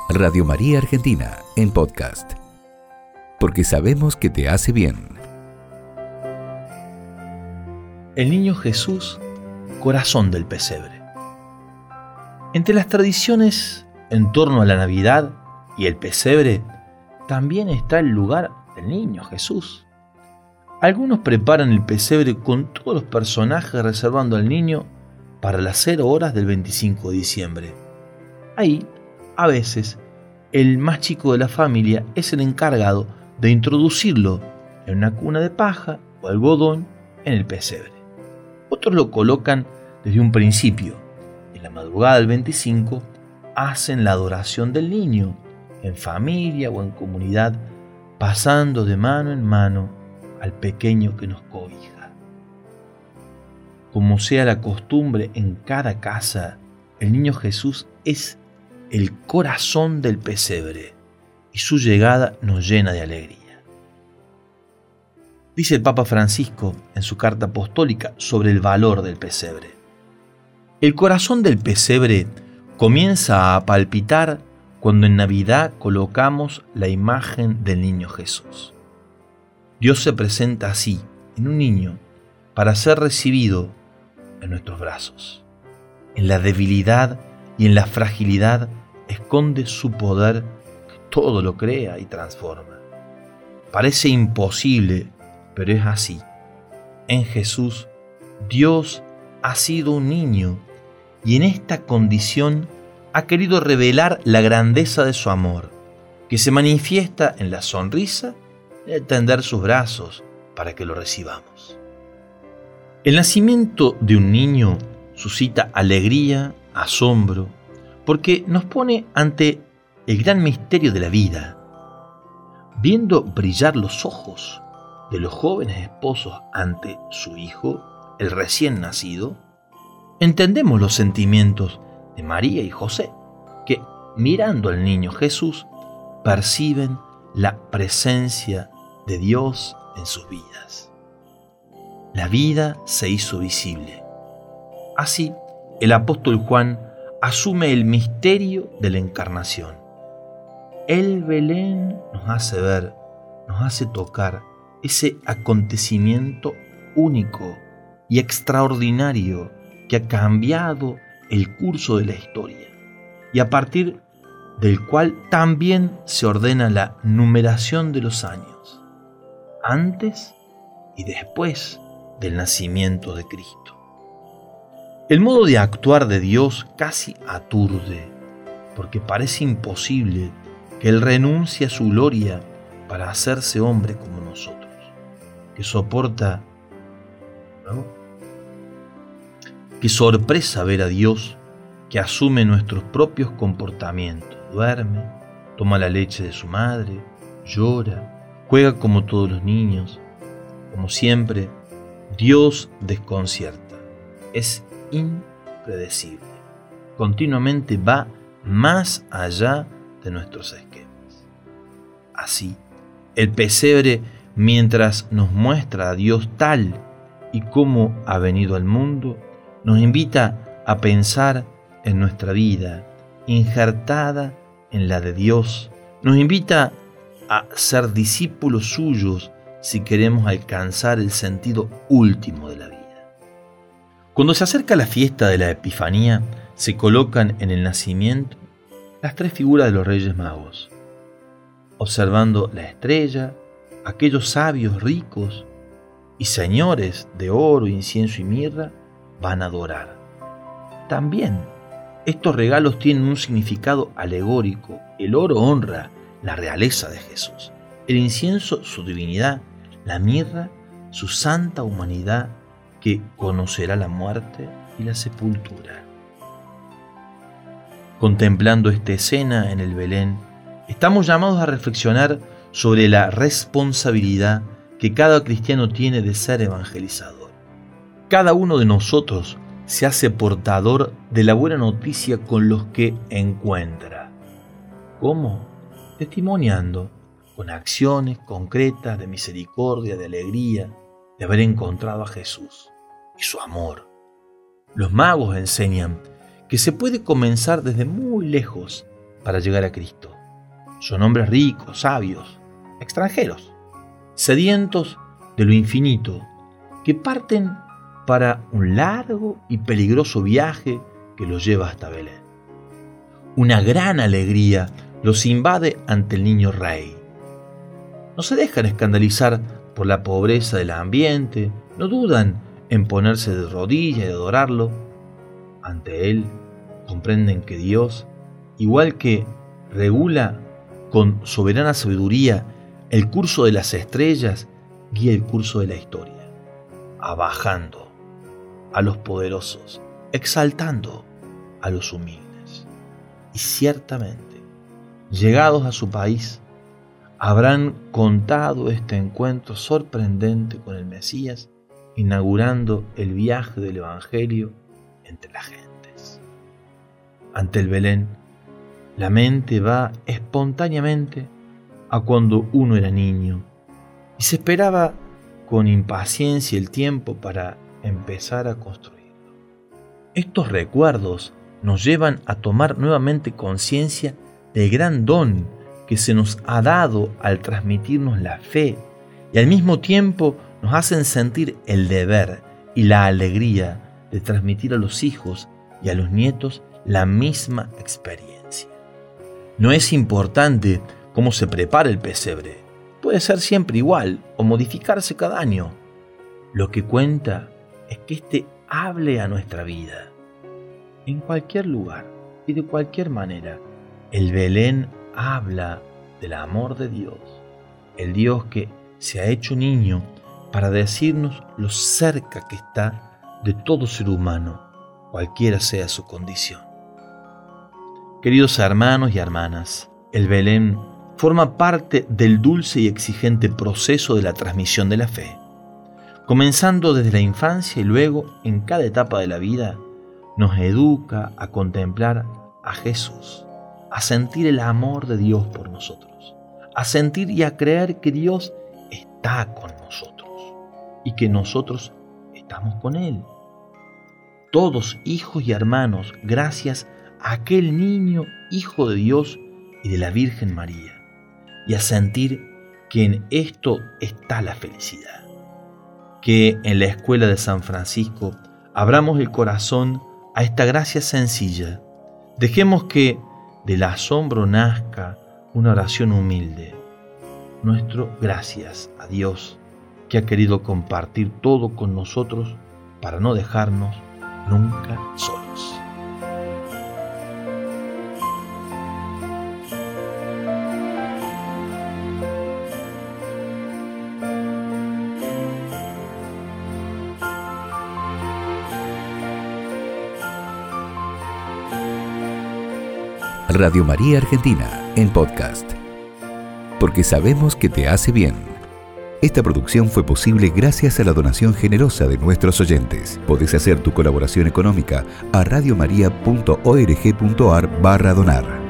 Radio María Argentina en podcast, porque sabemos que te hace bien. El niño Jesús, corazón del pesebre. Entre las tradiciones en torno a la Navidad y el pesebre, también está el lugar del niño Jesús. Algunos preparan el pesebre con todos los personajes, reservando al niño para las 0 horas del 25 de diciembre. Ahí, a veces, el más chico de la familia es el encargado de introducirlo en una cuna de paja o algodón en el pesebre. Otros lo colocan desde un principio. En la madrugada del 25 hacen la adoración del niño, en familia o en comunidad, pasando de mano en mano al pequeño que nos cobija. Como sea la costumbre en cada casa, el niño Jesús es el corazón del pesebre y su llegada nos llena de alegría. Dice el Papa Francisco en su carta apostólica sobre el valor del pesebre: el corazón del pesebre comienza a palpitar cuando en Navidad colocamos la imagen del niño Jesús. Dios se presenta así, en un niño, para ser recibido en nuestros brazos. En la debilidad y en la fragilidad esconde su poder que todo lo crea y transforma. Parece imposible, pero es así. En Jesús, Dios ha sido un niño y en esta condición ha querido revelar la grandeza de su amor, que se manifiesta en la sonrisa y en tender sus brazos para que lo recibamos. El nacimiento de un niño suscita alegría, asombro, porque nos pone ante el gran misterio de la vida. Viendo brillar los ojos de los jóvenes esposos ante su hijo, el recién nacido, entendemos los sentimientos de María y José, que mirando al niño Jesús perciben la presencia de Dios en sus vidas. La vida se hizo visible. Así, el apóstol Juan asume el misterio de la encarnación. El Belén nos hace ver, nos hace tocar ese acontecimiento único y extraordinario que ha cambiado el curso de la historia y a partir del cual también se ordena la numeración de los años, antes y después del nacimiento de Cristo. El modo de actuar de Dios casi aturde, porque parece imposible que Él renuncie a su gloria para hacerse hombre como nosotros, que soporta, ¿no? Qué sorpresa ver a Dios que asume nuestros propios comportamientos, duerme, toma la leche de su madre, llora, juega como todos los niños. Como siempre, Dios desconcierta, es impredecible, continuamente va más allá de nuestros esquemas. Así, el pesebre, mientras nos muestra a Dios tal y como ha venido al mundo, nos invita a pensar en nuestra vida, injertada en la de Dios. Nos invita a ser discípulos suyos si queremos alcanzar el sentido último de la vida. Cuando se acerca la fiesta de la Epifanía, se colocan en el nacimiento las 3 figuras de los Reyes Magos, observando la estrella, aquellos sabios ricos y señores de oro, incienso y mirra van a adorar. También estos regalos tienen un significado alegórico. El oro honra la realeza de Jesús, el incienso su divinidad, la mirra su santa humanidad que conocerá la muerte y la sepultura. Contemplando esta escena en el Belén, estamos llamados a reflexionar sobre la responsabilidad que cada cristiano tiene de ser evangelizador. Cada uno de nosotros se hace portador de la buena noticia con los que encuentra. ¿Cómo? Testimoniando con acciones concretas de misericordia, de alegría, de haber encontrado a Jesús y su amor. Los magos enseñan que se puede comenzar desde muy lejos para llegar a Cristo. Son hombres ricos, sabios, extranjeros, sedientos de lo infinito, que parten para un largo y peligroso viaje que los lleva hasta Belén. Una gran alegría los invade ante el niño rey. No se dejan escandalizar por la pobreza del ambiente, no dudan en ponerse de rodillas y adorarlo. Ante él comprenden que Dios, igual que regula con soberana sabiduría el curso de las estrellas, guía el curso de la historia, abajando a los poderosos, exaltando a los humildes. Y ciertamente, llegados a su país, habrán contado este encuentro sorprendente con el Mesías, inaugurando el viaje del Evangelio entre las gentes. Ante el Belén, la mente va espontáneamente a cuando uno era niño y se esperaba con impaciencia el tiempo para empezar a construirlo. Estos recuerdos nos llevan a tomar nuevamente conciencia del gran don que se nos ha dado al transmitirnos la fe, y al mismo tiempo nos hacen sentir el deber y la alegría de transmitir a los hijos y a los nietos la misma experiencia. No es importante cómo se prepara el pesebre, puede ser siempre igual o modificarse cada año. Lo que cuenta es que éste hable a nuestra vida. En cualquier lugar y de cualquier manera, el Belén habla del amor de Dios, el Dios que se ha hecho niño para decirnos lo cerca que está de todo ser humano, cualquiera sea su condición. Queridos hermanos y hermanas, el Belén forma parte del dulce y exigente proceso de la transmisión de la fe. Comenzando desde la infancia y luego en cada etapa de la vida, nos educa a contemplar a Jesús, a sentir el amor de Dios por nosotros, a sentir y a creer que Dios está con nosotros y que nosotros estamos con Él. Todos hijos y hermanos, gracias a aquel niño hijo de Dios y de la Virgen María, y a sentir que en esto está la felicidad. Que en la escuela de San Francisco abramos el corazón a esta gracia sencilla. Dejemos que del asombro nazca una oración humilde. Nuestro gracias a Dios, que ha querido compartir todo con nosotros para no dejarnos nunca solos. Radio María Argentina en podcast. Porque sabemos que te hace bien. Esta producción fue posible gracias a la donación generosa de nuestros oyentes. Podés hacer tu colaboración económica a radiomaria.org.ar/donar.